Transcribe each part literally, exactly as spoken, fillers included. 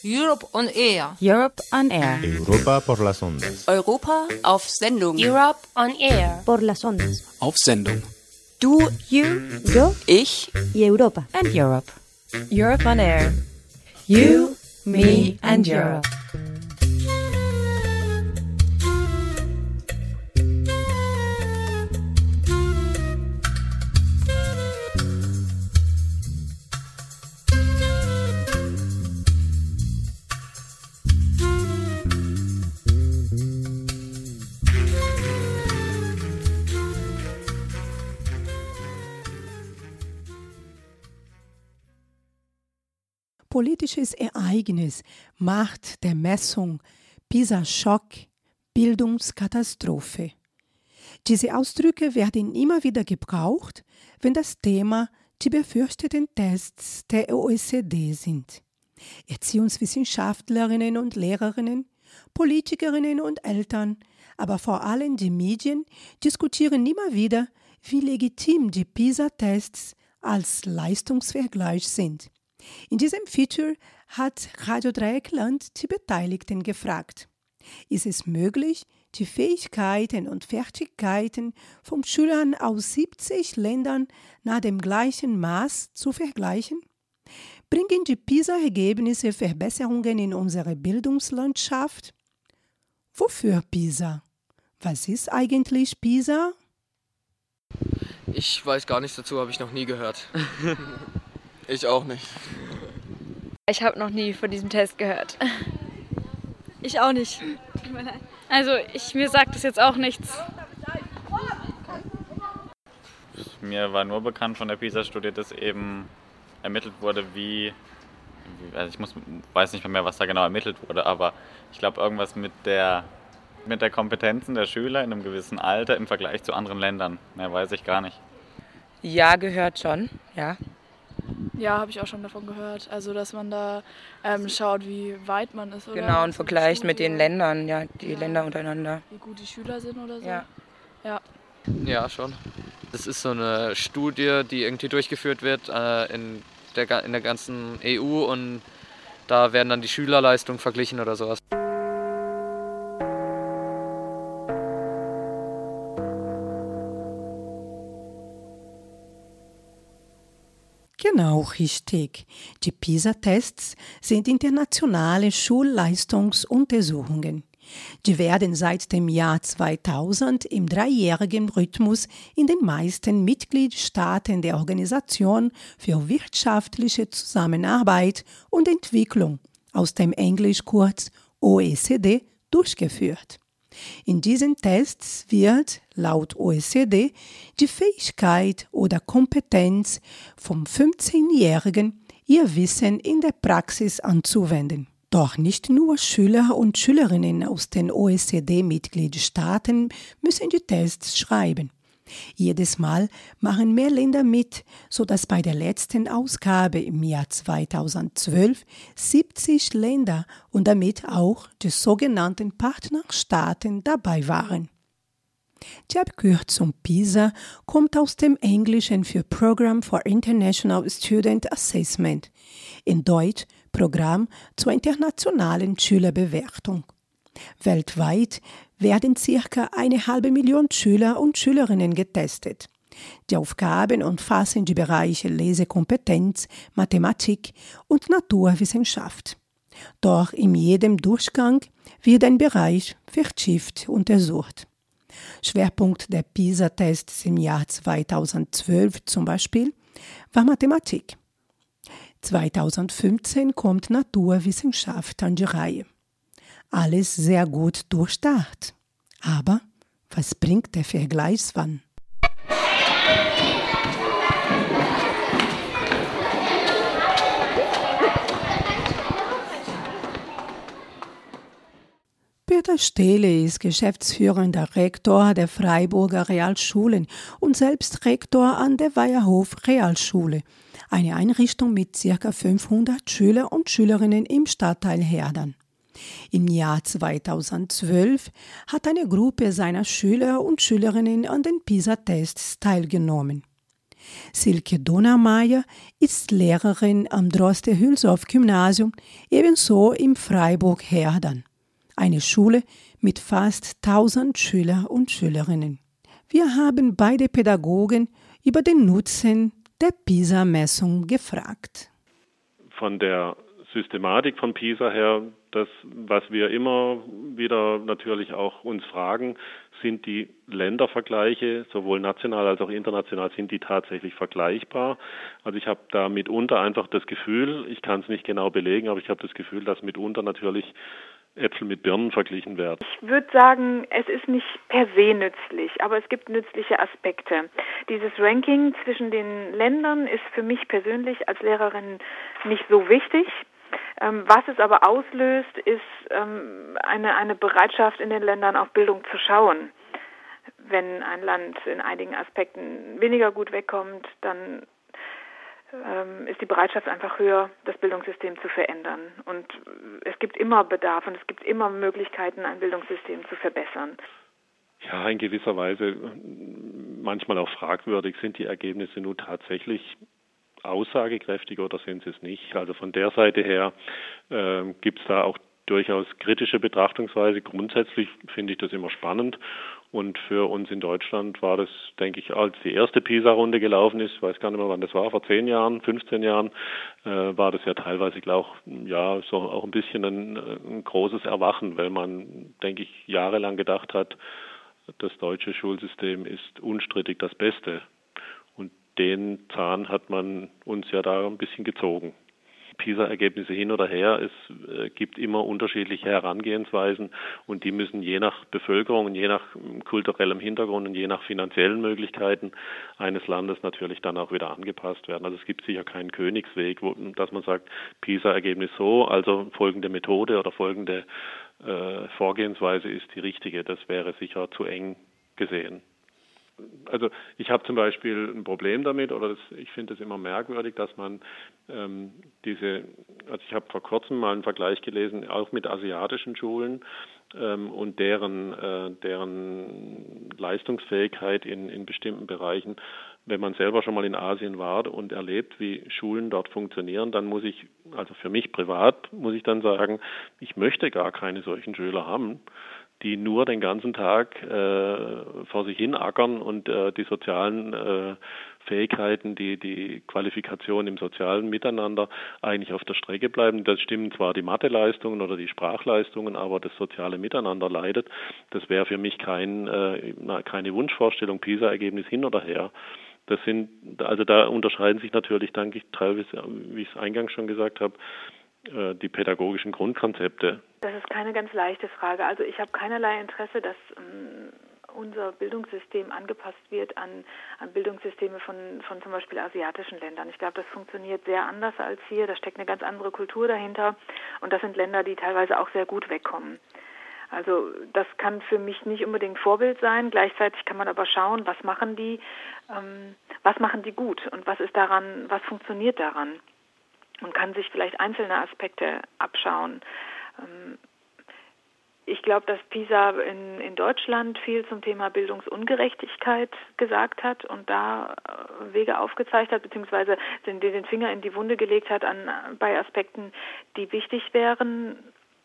Europe on Air. Europe on Air. Europa por las ondas. Europa auf Sendung. Europe on Air. Por las ondas. Auf Sendung. Du, You, yo, ich y Europa. And Europe. Europe on Air. You, me and Europe. Politisches Ereignis, Macht der Messung, PISA-Schock, Bildungskatastrophe. Diese Ausdrücke werden immer wieder gebraucht, wenn das Thema die befürchteten Tests der O E C D sind. Erziehungswissenschaftlerinnen und Lehrerinnen, Politikerinnen und Eltern, aber vor allem die Medien diskutieren immer wieder, wie legitim die PISA-Tests als Leistungsvergleich sind. In diesem Feature hat Radio Dreieckland die Beteiligten gefragt: Ist es möglich, die Fähigkeiten und Fertigkeiten von Schülern aus siebzig Ländern nach dem gleichen Maß zu vergleichen? Bringen die PISA-Ergebnisse Verbesserungen in unsere Bildungslandschaft? Wofür PISA? Was ist eigentlich PISA? Ich weiß gar nichts dazu, habe ich noch nie gehört. Ich auch nicht. Ich habe noch nie von diesem Test gehört. Ich auch nicht. Also ich, mir sagt das jetzt auch nichts. Mir war nur bekannt von der PISA-Studie, dass eben ermittelt wurde, wie, also ich muss, weiß nicht mehr, was da genau ermittelt wurde, aber ich glaube irgendwas mit der, mit der Kompetenzen der Schüler in einem gewissen Alter im Vergleich zu anderen Ländern. Mehr weiß ich gar nicht. Ja, gehört schon, ja. Ja, habe ich auch schon davon gehört. Also, dass man da ähm, schaut, wie weit man ist. Oder genau, und vergleicht mit den Ländern, ja, die ja. Länder untereinander. Wie gut die Schüler sind oder so. Ja. Ja, ja schon. Das ist so eine Studie, die irgendwie durchgeführt wird äh, in, der, in der ganzen E U und da werden dann die Schülerleistungen verglichen oder sowas. Genau, richtig. Die PISA-Tests sind internationale Schulleistungsuntersuchungen. Die werden seit dem Jahr zweitausend im dreijährigen Rhythmus in den meisten Mitgliedstaaten der Organisation für wirtschaftliche Zusammenarbeit und Entwicklung, aus dem Englisch kurz O E C D, durchgeführt. In diesen Tests wird, laut O E C D, die Fähigkeit oder Kompetenz vom fünfzehnjährigen, ihr Wissen in der Praxis anzuwenden. Doch nicht nur Schüler und Schülerinnen aus den O E C D-Mitgliedstaaten müssen die Tests schreiben. Jedes Mal machen mehr Länder mit, sodass bei der letzten Ausgabe im Jahr zweitausendzwölf siebzig Länder und damit auch die sogenannten Partnerstaaten dabei waren. Die Abkürzung PISA kommt aus dem Englischen für Program for International Student Assessment, in Deutsch Programm zur internationalen Schülerbewertung. Weltweit werden circa eine halbe Million Schüler und Schülerinnen getestet. Die Aufgaben umfassen die Bereiche Lesekompetenz, Mathematik und Naturwissenschaft. Doch in jedem Durchgang wird ein Bereich vertieft untersucht. Schwerpunkt der PISA-Tests im Jahr zweitausendzwölf zum Beispiel war Mathematik. zweitausendfünfzehn kommt Naturwissenschaft an die Reihe. Alles sehr gut durchdacht. Aber was bringt der Vergleichswahn? Peter Stehle ist geschäftsführender Rektor der Freiburger Realschulen und selbst Rektor an der Weierhof Realschule, eine Einrichtung mit ca. fünfhundert Schüler und Schülerinnen im Stadtteil Herdern. Im Jahr zweitausendzwölf hat eine Gruppe seiner Schüler und Schülerinnen an den PISA-Tests teilgenommen. Silke Donnermeier ist Lehrerin am Droste-Hülshoff-Gymnasium, ebenso im Freiburg-Herdern, eine Schule mit fast tausend Schüler und Schülerinnen. Wir haben beide Pädagogen über den Nutzen der PISA-Messung gefragt. Von der Systematik von PISA her, das, was wir immer wieder natürlich auch uns fragen, sind die Ländervergleiche, sowohl national als auch international, sind die tatsächlich vergleichbar? Also ich habe da mitunter einfach das Gefühl, ich kann es nicht genau belegen, aber ich habe das Gefühl, dass mitunter natürlich Äpfel mit Birnen verglichen werden. Ich würde sagen, es ist nicht per se nützlich, aber es gibt nützliche Aspekte. Dieses Ranking zwischen den Ländern ist für mich persönlich als Lehrerin nicht so wichtig. Ähm, was es aber auslöst, ist ähm, eine, eine Bereitschaft in den Ländern auf Bildung zu schauen. Wenn ein Land in einigen Aspekten weniger gut wegkommt, dann ähm, ist die Bereitschaft einfach höher, das Bildungssystem zu verändern. Und es gibt immer Bedarf und es gibt immer Möglichkeiten, ein Bildungssystem zu verbessern. Ja, in gewisser Weise manchmal auch fragwürdig, sind die Ergebnisse nun tatsächlich aussagekräftig oder sind sie es nicht? Also von der Seite her äh, gibt es da auch durchaus kritische Betrachtungsweise. Grundsätzlich finde ich das immer spannend und für uns in Deutschland war das, denke ich, als die erste PISA-Runde gelaufen ist, ich weiß gar nicht mehr, wann das war, vor zehn Jahren, fünfzehn Jahren, äh, war das ja teilweise auch, ja, so auch ein bisschen ein, ein großes Erwachen, weil man, denke ich, jahrelang gedacht hat, das deutsche Schulsystem ist unstrittig das Beste. Den Zahn hat man uns ja da ein bisschen gezogen. PISA-Ergebnisse hin oder her, es äh, gibt immer unterschiedliche Herangehensweisen und die müssen je nach Bevölkerung und je nach kulturellem Hintergrund und je nach finanziellen Möglichkeiten eines Landes natürlich dann auch wieder angepasst werden. Also es gibt sicher keinen Königsweg, wo, dass man sagt, PISA-Ergebnis so, also folgende Methode oder folgende äh, Vorgehensweise ist die richtige. Das wäre sicher zu eng gesehen. Also ich habe zum Beispiel ein Problem damit, oder das, ich finde es immer merkwürdig, dass man ähm, diese, also ich habe vor kurzem mal einen Vergleich gelesen, auch mit asiatischen Schulen ähm, und deren, äh, deren Leistungsfähigkeit in, in bestimmten Bereichen. Wenn man selber schon mal in Asien war und erlebt, wie Schulen dort funktionieren, dann muss ich, also für mich privat, muss ich dann sagen, ich möchte gar keine solchen Schüler haben, die nur den ganzen Tag äh, vor sich hin ackern und äh, die sozialen äh, Fähigkeiten, die die Qualifikation im sozialen Miteinander eigentlich auf der Strecke bleiben. Das stimmen zwar die Matheleistungen oder die Sprachleistungen, aber das soziale Miteinander leidet. Das wäre für mich kein, äh, keine Wunschvorstellung, PISA-Ergebnis hin oder her. Das sind, also da unterscheiden sich natürlich, denke ich, teilweise, wie ich es eingangs schon gesagt habe, die pädagogischen Grundkonzepte. Das ist keine ganz leichte Frage. Also ich habe keinerlei Interesse, dass ähm, unser Bildungssystem angepasst wird an, an Bildungssysteme von, von zum Beispiel asiatischen Ländern. Ich glaube, das funktioniert sehr anders als hier. Da steckt eine ganz andere Kultur dahinter. Und das sind Länder, die teilweise auch sehr gut wegkommen. Also das kann für mich nicht unbedingt Vorbild sein. Gleichzeitig kann man aber schauen, was machen die, ähm, was machen die gut und was ist daran, was funktioniert daran. Und kann sich vielleicht einzelne Aspekte abschauen. Ich glaube, dass PISA in, in Deutschland viel zum Thema Bildungsungerechtigkeit gesagt hat und da Wege aufgezeigt hat, beziehungsweise den, den Finger in die Wunde gelegt hat an, bei Aspekten, die wichtig wären.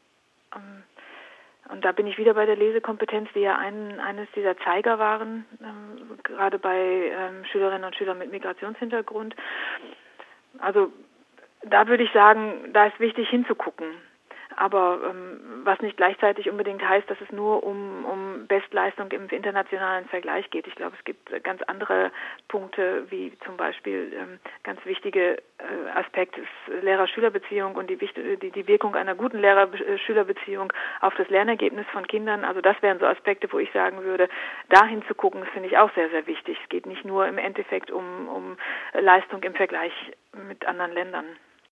Und da bin ich wieder bei der Lesekompetenz, die ja ein, eines dieser Zeiger waren, gerade bei Schülerinnen und Schülern mit Migrationshintergrund. Also da würde ich sagen, da ist wichtig hinzugucken. Aber ähm, was nicht gleichzeitig unbedingt heißt, dass es nur um, um Bestleistung im internationalen Vergleich geht. Ich glaube, es gibt ganz andere Punkte, wie zum Beispiel ähm, ganz wichtige äh, Aspekt ist Lehrer-Schüler-Beziehung und die, die, die Wirkung einer guten Lehrer-Schüler-Beziehung auf das Lernergebnis von Kindern. Also das wären so Aspekte, wo ich sagen würde, da hinzugucken, das finde ich auch sehr, sehr wichtig. Es geht nicht nur im Endeffekt um, um Leistung im Vergleich mit anderen Ländern.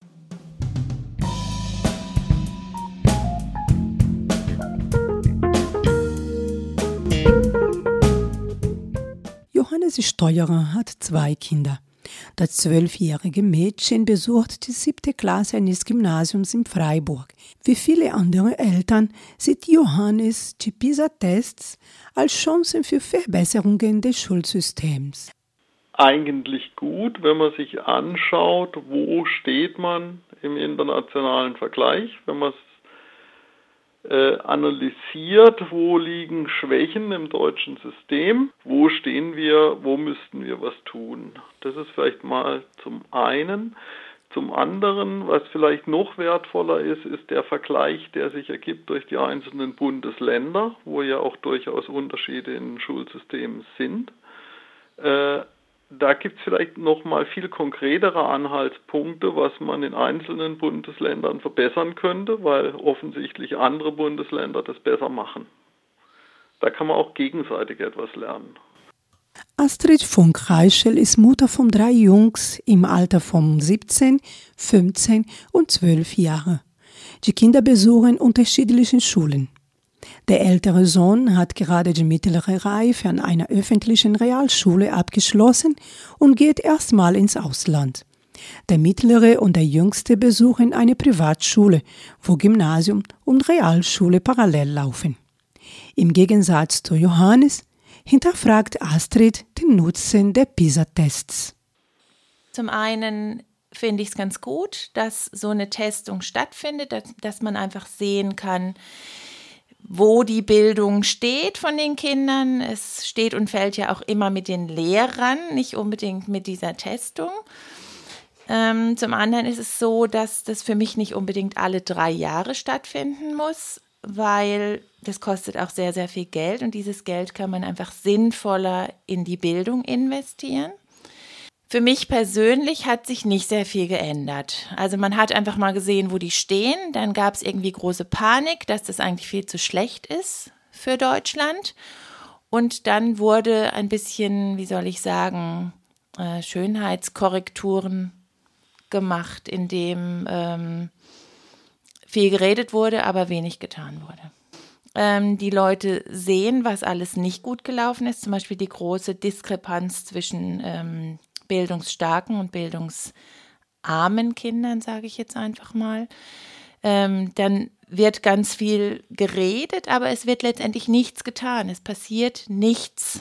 Johannes Steuerer hat zwei Kinder. Das zwölfjährige Mädchen besucht die siebte Klasse eines Gymnasiums in Freiburg. Wie viele andere Eltern sieht Johannes die PISA-Tests als Chancen für Verbesserungen des Schulsystems. eigentlich gut, wenn man sich anschaut, wo steht man im internationalen Vergleich, wenn man es äh, analysiert, wo liegen Schwächen im deutschen System, wo stehen wir, wo müssten wir was tun. Das ist vielleicht mal zum einen. Zum anderen, was vielleicht noch wertvoller ist, ist der Vergleich, der sich ergibt durch die einzelnen Bundesländer, wo ja auch durchaus Unterschiede in den Schulsystemen sind. Äh, Da gibt es vielleicht noch mal viel konkretere Anhaltspunkte, was man in einzelnen Bundesländern verbessern könnte, weil offensichtlich andere Bundesländer das besser machen. Da kann man auch gegenseitig etwas lernen. Astrid von Kreischel ist Mutter von drei Jungs im Alter von siebzehn, fünfzehn und zwölf Jahren. Die Kinder besuchen unterschiedliche Schulen. Der ältere Sohn hat gerade die mittlere Reife an einer öffentlichen Realschule abgeschlossen und geht erstmal ins Ausland. Der mittlere und der jüngste besuchen eine Privatschule, wo Gymnasium und Realschule parallel laufen. Im Gegensatz zu Johannes hinterfragt Astrid den Nutzen der PISA-Tests. Zum einen finde ich es ganz gut, dass so eine Testung stattfindet, dass, dass man einfach sehen kann, wo die Bildung steht von den Kindern. Es steht und fällt ja auch immer mit den Lehrern, nicht unbedingt mit dieser Testung. Ähm, zum anderen ist es so, dass das für mich nicht unbedingt alle drei Jahre stattfinden muss, weil das kostet auch sehr, sehr viel Geld und dieses Geld kann man einfach sinnvoller in die Bildung investieren. Für mich persönlich hat sich nicht sehr viel geändert. Also man hat einfach mal gesehen, wo die stehen. Dann gab es irgendwie große Panik, dass das eigentlich viel zu schlecht ist für Deutschland. Und dann wurde ein bisschen, wie soll ich sagen, äh, Schönheitskorrekturen gemacht, indem ähm, viel geredet wurde, aber wenig getan wurde. Ähm, die Leute sehen, was alles nicht gut gelaufen ist. Zum Beispiel die große Diskrepanz zwischen ähm, bildungsstarken und bildungsarmen Kindern, sage ich jetzt einfach mal. Ähm, dann wird ganz viel geredet, aber es wird letztendlich nichts getan. Es passiert nichts.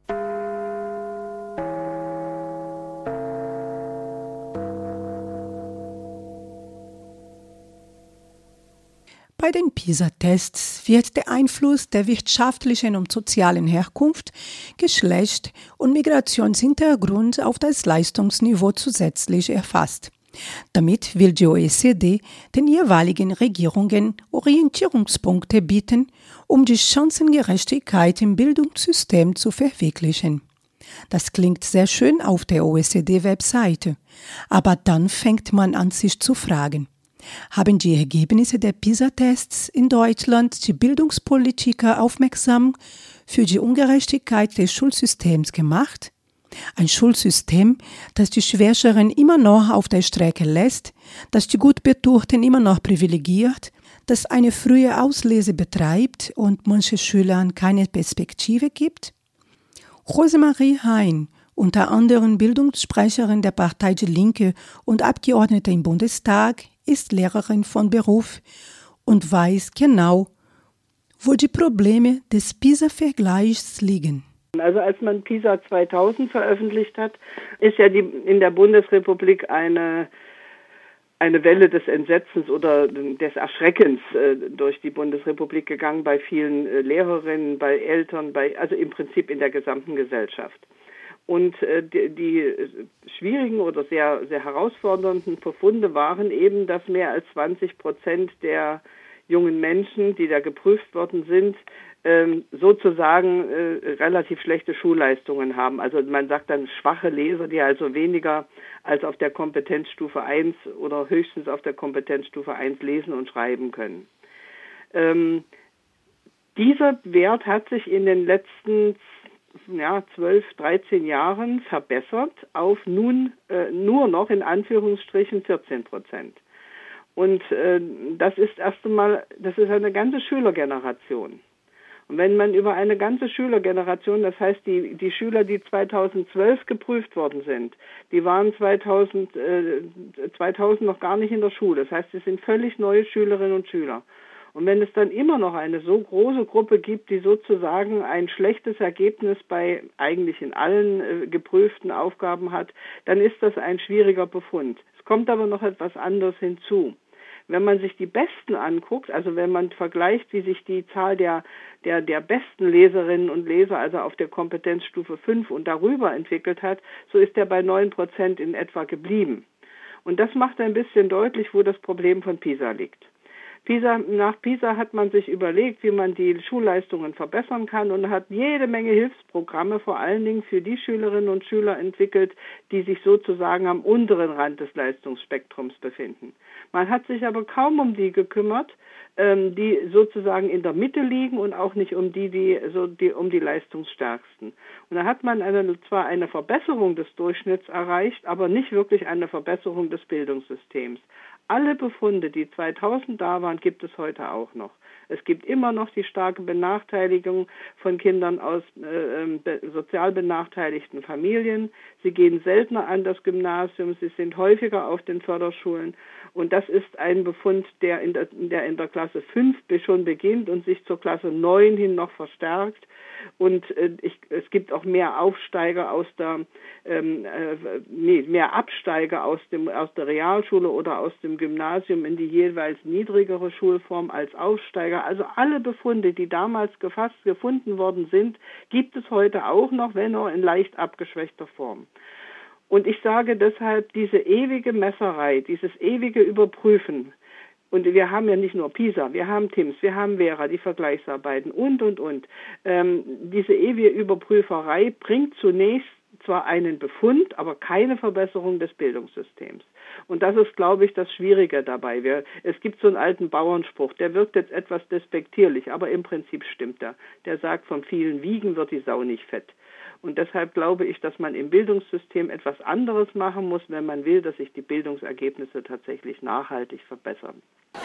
Bei den PISA-Tests wird der Einfluss der wirtschaftlichen und sozialen Herkunft, Geschlecht und Migrationshintergrund auf das Leistungsniveau zusätzlich erfasst. Damit will die O E C D den jeweiligen Regierungen Orientierungspunkte bieten, um die Chancengerechtigkeit im Bildungssystem zu verwirklichen. Das klingt sehr schön auf der O E C D-Webseite, aber dann fängt man an, sich zu fragen: Haben die Ergebnisse der PISA-Tests in Deutschland die Bildungspolitiker aufmerksam für die Ungerechtigkeit des Schulsystems gemacht? Ein Schulsystem, das die Schwächeren immer noch auf der Strecke lässt, das die Gutbetuchten immer noch privilegiert, das eine frühe Auslese betreibt und manchen Schülern keine Perspektive gibt? Rosemarie Hein, unter anderem Bildungssprecherin der Partei Die Linke und Abgeordnete im Bundestag, ist Lehrerin von Beruf und weiß genau, wo die Probleme des PISA-Vergleichs liegen. Also als man PISA zweitausend veröffentlicht hat, ist ja die, in der Bundesrepublik eine, eine Welle des Entsetzens oder des Erschreckens äh, durch die Bundesrepublik gegangen, bei vielen äh, Lehrerinnen, bei Eltern, bei, also im Prinzip in der gesamten Gesellschaft. Und äh, die, die schwierigen oder sehr, sehr herausfordernden Befunde waren eben, dass mehr als zwanzig Prozent der jungen Menschen, die da geprüft worden sind, ähm, sozusagen äh, relativ schlechte Schulleistungen haben. Also man sagt dann schwache Leser, die also weniger als auf der Kompetenzstufe eins oder höchstens auf der Kompetenzstufe eins lesen und schreiben können. Ähm, dieser Wert hat sich in den letzten ja, zwölf, dreizehn Jahren verbessert auf nun äh, nur noch in Anführungsstrichen vierzehn Prozent. Und äh, das ist erst einmal, das ist eine ganze Schülergeneration. Und wenn man über eine ganze Schülergeneration, das heißt die, die Schüler, die zweitausendzwölf geprüft worden sind, die waren zweitausend, äh, zweitausend noch gar nicht in der Schule. Das heißt, sie sind völlig neue Schülerinnen und Schüler. Und wenn es dann immer noch eine so große Gruppe gibt, die sozusagen ein schlechtes Ergebnis bei eigentlich in allen äh, geprüften Aufgaben hat, dann ist das ein schwieriger Befund. Es kommt aber noch etwas anderes hinzu. Wenn man sich die Besten anguckt, also wenn man vergleicht, wie sich die Zahl der, der, der besten Leserinnen und Leser, also auf der Kompetenzstufe fünf und darüber entwickelt hat, so ist er bei neun Prozent in etwa geblieben. Und das macht ein bisschen deutlich, wo das Problem von PISA liegt. PISA, nach PISA hat man sich überlegt, wie man die Schulleistungen verbessern kann und hat jede Menge Hilfsprogramme, vor allen Dingen für die Schülerinnen und Schüler entwickelt, die sich sozusagen am unteren Rand des Leistungsspektrums befinden. Man hat sich aber kaum um die gekümmert, ähm, die sozusagen in der Mitte liegen und auch nicht um die, die, so die, um die Leistungsstärksten. Und da hat man eine, zwar eine Verbesserung des Durchschnitts erreicht, aber nicht wirklich eine Verbesserung des Bildungssystems. Alle Befunde, die zweitausend da waren, gibt es heute auch noch. Es gibt immer noch die starke Benachteiligung von Kindern aus äh, be- sozial benachteiligten Familien. Sie gehen seltener an das Gymnasium, sie sind häufiger auf den Förderschulen. Und das ist ein Befund, der in der, der in der Klasse fünf schon beginnt und sich zur Klasse neun hin noch verstärkt. Und äh, ich, es gibt auch mehr Aufsteiger aus der, ähm, äh, nee, mehr Absteiger aus dem aus der Realschule oder aus dem Gymnasium in die jeweils niedrigere Schulform als Aufsteiger. Also alle Befunde, die damals gefasst gefunden worden sind, gibt es heute auch noch, wenn auch in leicht abgeschwächter Form. Und ich sage deshalb, diese ewige Messerei, dieses ewige Überprüfen, und wir haben ja nicht nur PISA, wir haben TIMSS, wir haben Vera, die Vergleichsarbeiten und, und, und. Ähm, diese ewige Überprüferei bringt zunächst zwar einen Befund, aber keine Verbesserung des Bildungssystems. Und das ist, glaube ich, das Schwierige dabei. Wir, es gibt so einen alten Bauernspruch, der wirkt jetzt etwas despektierlich, aber im Prinzip stimmt er. Der sagt, vom vielen Wiegen wird die Sau nicht fett. Und deshalb glaube ich, dass man im Bildungssystem etwas anderes machen muss, wenn man will, dass sich die Bildungsergebnisse tatsächlich nachhaltig verbessern.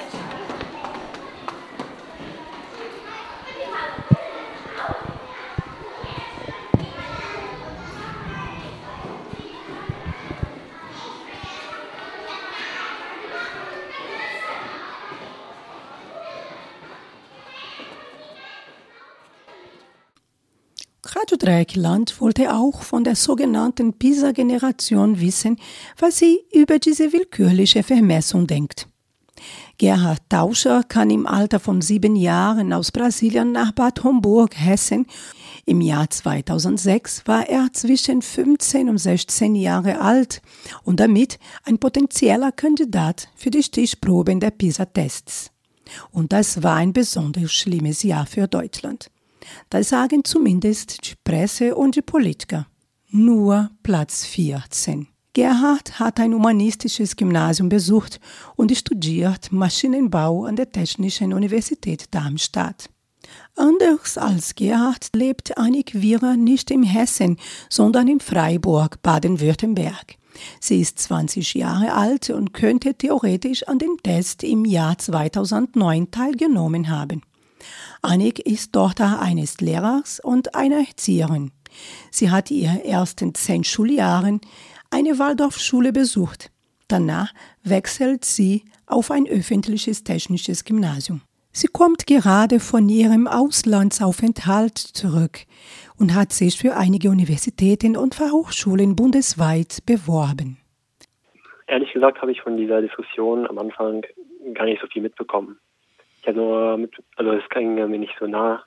Radio Dreieckland wollte auch von der sogenannten PISA-Generation wissen, was sie über diese willkürliche Vermessung denkt. Gerhard Tauscher kam im Alter von sieben Jahren aus Brasilien nach Bad Homburg, Hessen. Im Jahr zweitausendsechs war er zwischen fünfzehn und sechzehn Jahre alt und damit ein potenzieller Kandidat für die Stichproben der PISA-Tests. Und das war ein besonders schlimmes Jahr für Deutschland. Das sagen zumindest die Presse und die Politiker. Nur Platz vierzehn. Gerhard hat ein humanistisches Gymnasium besucht und studiert Maschinenbau an der Technischen Universität Darmstadt. Anders als Gerhard lebt Annik Wierer nicht in Hessen, sondern in Freiburg, Baden-Württemberg. Sie ist zwanzig Jahre alt und könnte theoretisch an dem Test im Jahr zweitausendneun teilgenommen haben. Annik ist Tochter eines Lehrers und einer Erzieherin. Sie hat in ihren ersten zehn Schuljahren eine Waldorfschule besucht. Danach wechselt sie auf ein öffentliches technisches Gymnasium. Sie kommt gerade von ihrem Auslandsaufenthalt zurück und hat sich für einige Universitäten und Fachhochschulen bundesweit beworben. Ehrlich gesagt habe ich von dieser Diskussion am Anfang gar nicht so viel mitbekommen. Ich habe nur mit, also es ging mir nicht so nah.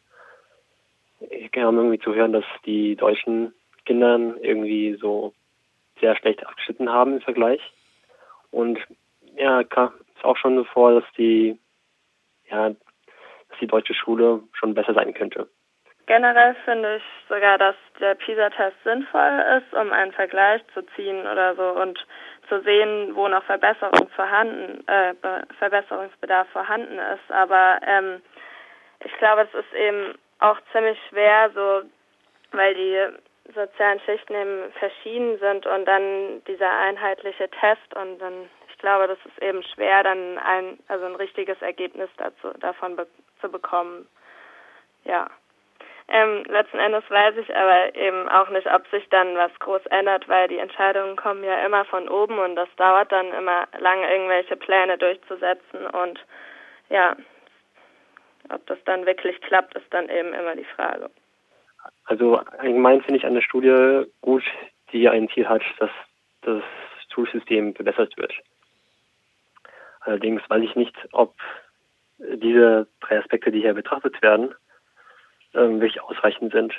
Ich kam irgendwie zu hören, dass die deutschen Kinder irgendwie so sehr schlecht abgeschnitten haben im Vergleich. Und ja, kam es auch schon so vor, dass die, ja, dass die deutsche Schule schon besser sein könnte. Generell finde ich sogar, dass der PISA-Test sinnvoll ist, um einen Vergleich zu ziehen oder so und zu sehen, wo noch Verbesserung vorhanden, äh, Verbesserungsbedarf vorhanden ist. Aber ähm, ich glaube, es ist eben auch ziemlich schwer, so, weil die sozialen Schichten eben verschieden sind und dann dieser einheitliche Test und dann, ich glaube, das ist eben schwer, dann ein, also ein richtiges Ergebnis dazu, davon be- zu bekommen. Ja. Ähm, letzten Endes weiß ich aber eben auch nicht, ob sich dann was groß ändert, weil die Entscheidungen kommen ja immer von oben und das dauert dann immer lange, irgendwelche Pläne durchzusetzen und ja, Ob das dann wirklich klappt, ist dann eben immer die Frage. Also allgemein finde ich eine Studie gut, die ein Ziel hat, dass das Schulsystem verbessert wird. Allerdings weiß ich nicht, ob diese drei Aspekte, die hier betrachtet werden, wirklich ausreichend sind.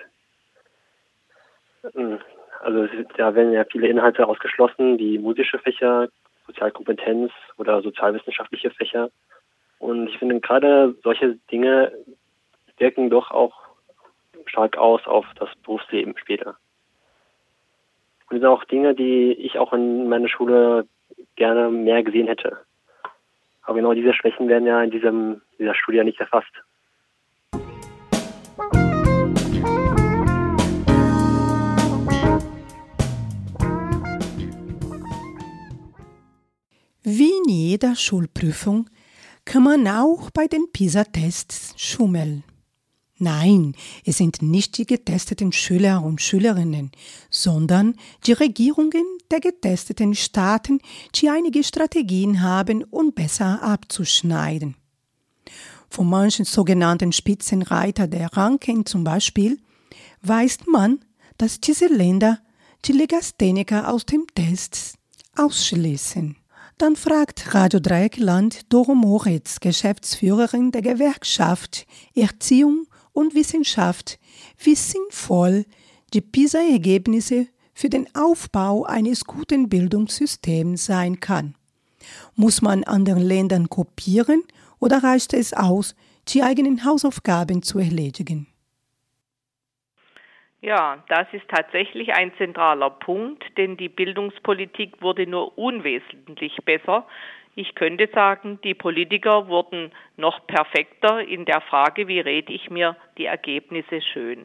Also da werden ja viele Inhalte ausgeschlossen, wie musische Fächer, Sozialkompetenz oder sozialwissenschaftliche Fächer. Und ich finde, gerade solche Dinge wirken doch auch stark aus auf das Berufsleben später. Und das sind auch Dinge, die ich auch in meiner Schule gerne mehr gesehen hätte. Aber genau diese Schwächen werden ja in diesem, dieser Studie nicht erfasst. Wie in jeder Schulprüfung kann man auch bei den PISA-Tests schummeln. Nein, es sind nicht die getesteten Schüler und Schülerinnen, sondern die Regierungen der getesteten Staaten, die einige Strategien haben, um besser abzuschneiden. Von manchen sogenannten Spitzenreiter der Ranking zum Beispiel weiß man, dass diese Länder die Legastheniker aus dem Test ausschließen. Dann fragt Radio Dreieckland Doro Moritz, Geschäftsführerin der Gewerkschaft Erziehung und Wissenschaft, wie sinnvoll die PISA-Ergebnisse für den Aufbau eines guten Bildungssystems sein kann. Muss man anderen Ländern kopieren oder reicht es aus, die eigenen Hausaufgaben zu erledigen? Ja, das ist tatsächlich ein zentraler Punkt, denn die Bildungspolitik wurde nur unwesentlich besser. Ich könnte sagen, die Politiker wurden noch perfekter in der Frage, wie rede ich mir die Ergebnisse schön.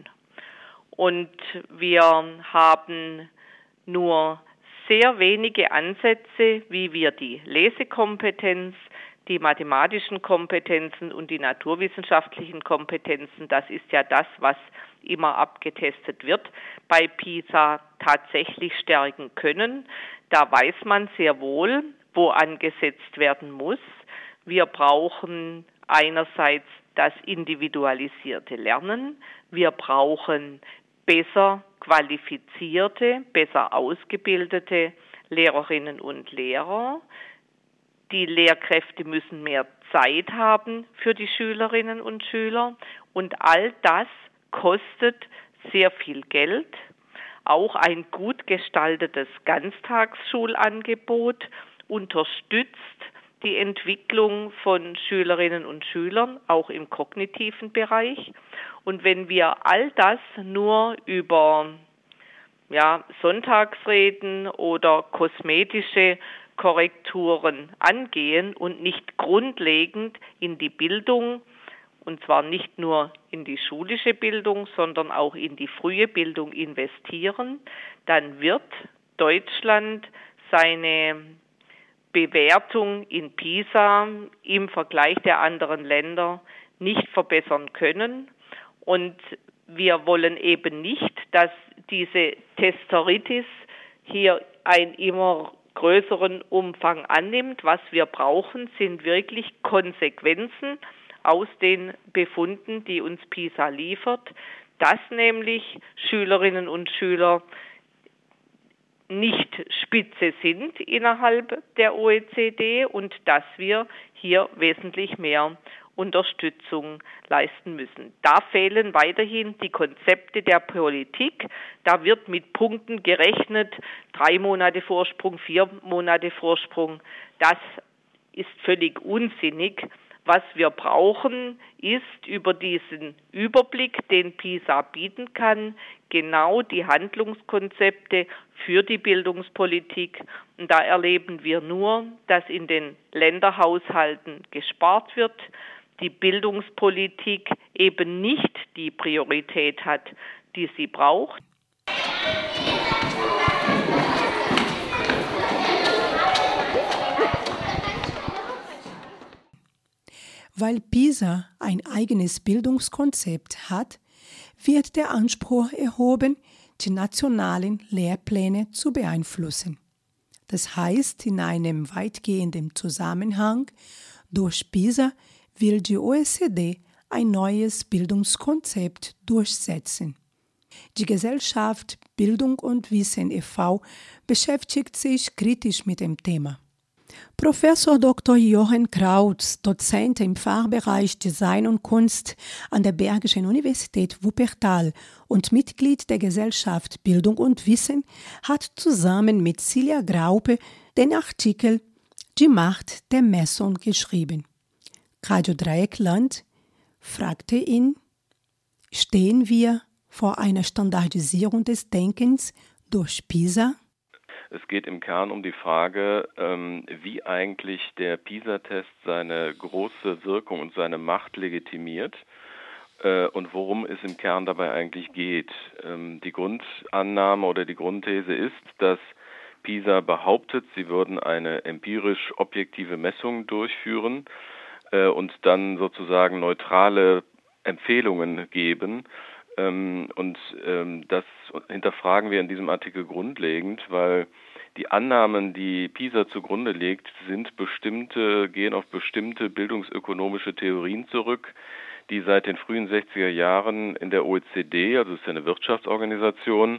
Und wir haben nur sehr wenige Ansätze, wie wir die Lesekompetenz, die mathematischen Kompetenzen und die naturwissenschaftlichen Kompetenzen, das ist ja das, was immer abgetestet wird, bei PISA tatsächlich stärken können. Da weiß man sehr wohl, wo angesetzt werden muss. Wir brauchen einerseits das individualisierte Lernen. Wir brauchen besser qualifizierte, besser ausgebildete Lehrerinnen und Lehrer. Die Lehrkräfte müssen mehr Zeit haben für die Schülerinnen und Schüler. Und all das kostet sehr viel Geld. Auch ein gut gestaltetes Ganztagsschulangebot unterstützt die Entwicklung von Schülerinnen und Schülern, auch im kognitiven Bereich. Und wenn wir all das nur über ja, Sonntagsreden oder kosmetische Korrekturen angehen und nicht grundlegend in die Bildung, und zwar nicht nur in die schulische Bildung, sondern auch in die frühe Bildung investieren, dann wird Deutschland seine Bewertung in PISA im Vergleich der anderen Länder nicht verbessern können. Und wir wollen eben nicht, dass diese Testeritis hier einen immer größeren Umfang annimmt. Was wir brauchen, sind wirklich Konsequenzen aus den Befunden, die uns PISA liefert, dass nämlich Schülerinnen und Schüler nicht Spitze sind innerhalb der O E C D und dass wir hier wesentlich mehr Unterstützung leisten müssen. Da fehlen weiterhin die Konzepte der Politik. Da wird mit Punkten gerechnet, drei Monate Vorsprung, vier Monate Vorsprung. Das ist völlig unsinnig. Was wir brauchen, ist über diesen Überblick, den PISA bieten kann, genau die Handlungskonzepte für die Bildungspolitik. Und da erleben wir nur, dass in den Länderhaushalten gespart wird, die Bildungspolitik eben nicht die Priorität hat, die sie braucht. Weil PISA ein eigenes Bildungskonzept hat, wird der Anspruch erhoben, die nationalen Lehrpläne zu beeinflussen. Das heißt, in einem weitgehenden Zusammenhang, durch PISA will die O E C D ein neues Bildungskonzept durchsetzen. Die Gesellschaft Bildung und Wissen e V beschäftigt sich kritisch mit dem Thema. Professor Doktor Jochen Krautz, Dozent im Fachbereich Design und Kunst an der Bergischen Universität Wuppertal und Mitglied der Gesellschaft Bildung und Wissen, hat zusammen mit Silja Graupe den Artikel Die Macht der Messung geschrieben. Radio Dreieckland fragte ihn, stehen wir vor einer Standardisierung des Denkens durch PISA? Es geht im Kern um die Frage, wie eigentlich der PISA-Test seine große Wirkung und seine Macht legitimiert und worum es im Kern dabei eigentlich geht. Die Grundannahme oder die Grundthese ist, dass PISA behauptet, sie würden eine empirisch objektive Messung durchführen und dann sozusagen neutrale Empfehlungen geben. Und das hinterfragen wir in diesem Artikel grundlegend, weil die Annahmen, die PISA zugrunde legt, sind bestimmte, gehen auf bestimmte bildungsökonomische Theorien zurück, die seit den frühen sechziger Jahren in der O E C D, also das ist ja eine Wirtschaftsorganisation,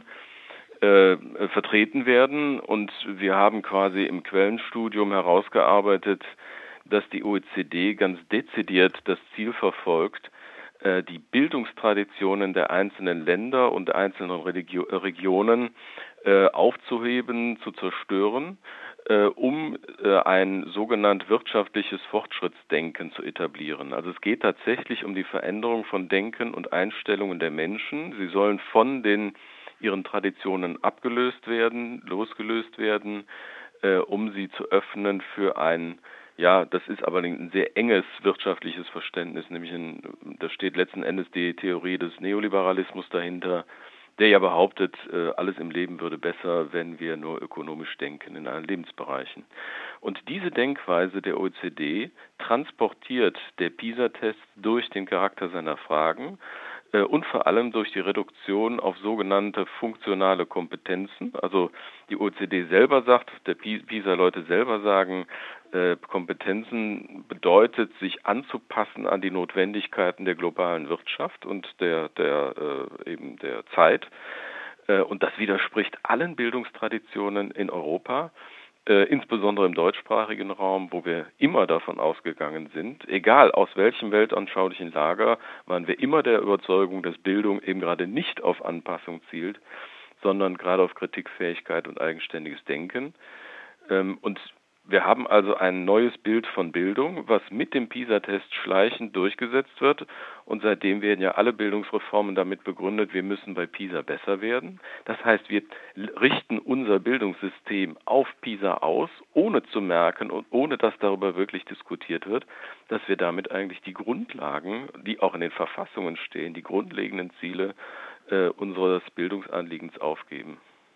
äh, vertreten werden. Und wir haben quasi im Quellenstudium herausgearbeitet, dass die O E C D ganz dezidiert das Ziel verfolgt, die Bildungstraditionen der einzelnen Länder und der einzelnen Religio- Regionen äh, aufzuheben, zu zerstören, äh, um äh, ein sogenannt wirtschaftliches Fortschrittsdenken zu etablieren. Also es geht tatsächlich um die Veränderung von Denken und Einstellungen der Menschen. Sie sollen von den ihren Traditionen abgelöst werden, losgelöst werden, äh, um sie zu öffnen für ein Ja, das ist aber ein sehr enges wirtschaftliches Verständnis, nämlich in, da steht letzten Endes die Theorie des Neoliberalismus dahinter, der ja behauptet, alles im Leben würde besser, wenn wir nur ökonomisch denken in allen Lebensbereichen. Und diese Denkweise der O E C D transportiert der PISA-Test durch den Charakter seiner Fragen und vor allem durch die Reduktion auf sogenannte funktionale Kompetenzen. Also die O E C D selber sagt, der PISA-Leute selber sagen, äh, Kompetenzen bedeutet, sich anzupassen an die Notwendigkeiten der globalen Wirtschaft und der, der äh, eben der Zeit. Äh, und das widerspricht allen Bildungstraditionen in Europa. Äh, insbesondere im deutschsprachigen Raum, wo wir immer davon ausgegangen sind, egal aus welchem weltanschaulichen Lager, waren wir immer der Überzeugung, dass Bildung eben gerade nicht auf Anpassung zielt, sondern gerade auf Kritikfähigkeit und eigenständiges Denken. Ähm, und wir haben also ein neues Bild von Bildung, was mit dem PISA-Test schleichend durchgesetzt wird. Und seitdem werden ja alle Bildungsreformen damit begründet, wir müssen bei PISA besser werden. Das heißt, wir richten unser Bildungssystem auf PISA aus, ohne zu merken und ohne dass darüber wirklich diskutiert wird, dass wir damit eigentlich die Grundlagen, die auch in den Verfassungen stehen, die grundlegenden Ziele äh, unseres Bildungsanliegens aufgeben.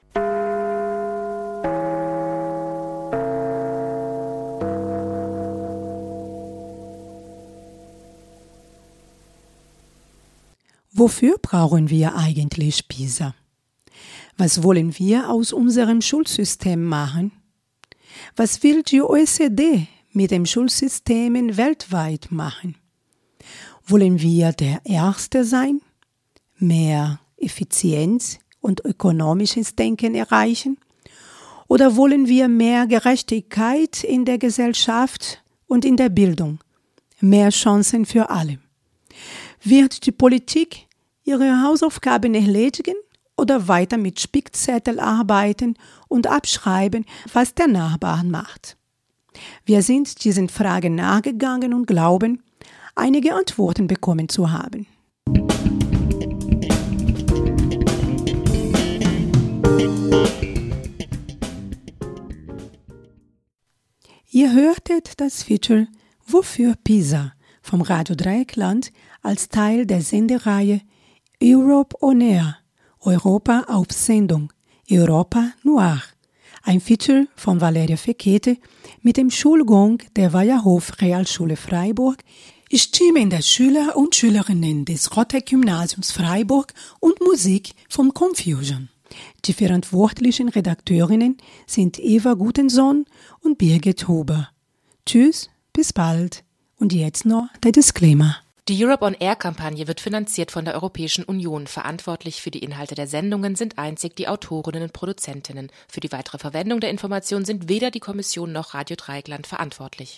Wofür brauchen wir eigentlich PISA? Was wollen wir aus unserem Schulsystem machen? Was will die O E C D mit den Schulsystemen weltweit machen? Wollen wir der Erste sein? Mehr Effizienz und ökonomisches Denken erreichen? Oder wollen wir mehr Gerechtigkeit in der Gesellschaft und in der Bildung? Mehr Chancen für alle? Wird die Politik ihre Hausaufgaben erledigen oder weiter mit Spickzettel arbeiten und abschreiben, was der Nachbar macht? Wir sind diesen Fragen nachgegangen und glauben, einige Antworten bekommen zu haben. Ihr hörtet das Feature Wofür PISA vom Radio Dreieckland als Teil der Sendereihe Europe on Air, Europa auf Sendung, Europa Noir. Ein Feature von Valeria Fekete mit dem Schulgong der Weierhof Realschule Freiburg, Stimmen der Schüler und Schülerinnen des Rotteck-Gymnasiums Freiburg und Musik von Confusion. Die verantwortlichen Redakteurinnen sind Eva Gutensohn und Birgit Huber. Tschüss, bis bald. Und jetzt noch der Disclaimer. Die Europe on Air-Kampagne wird finanziert von der Europäischen Union. Verantwortlich für die Inhalte der Sendungen sind einzig die Autorinnen und Produzentinnen. Für die weitere Verwendung der Informationen sind weder die Kommission noch Radio Dreieckland verantwortlich.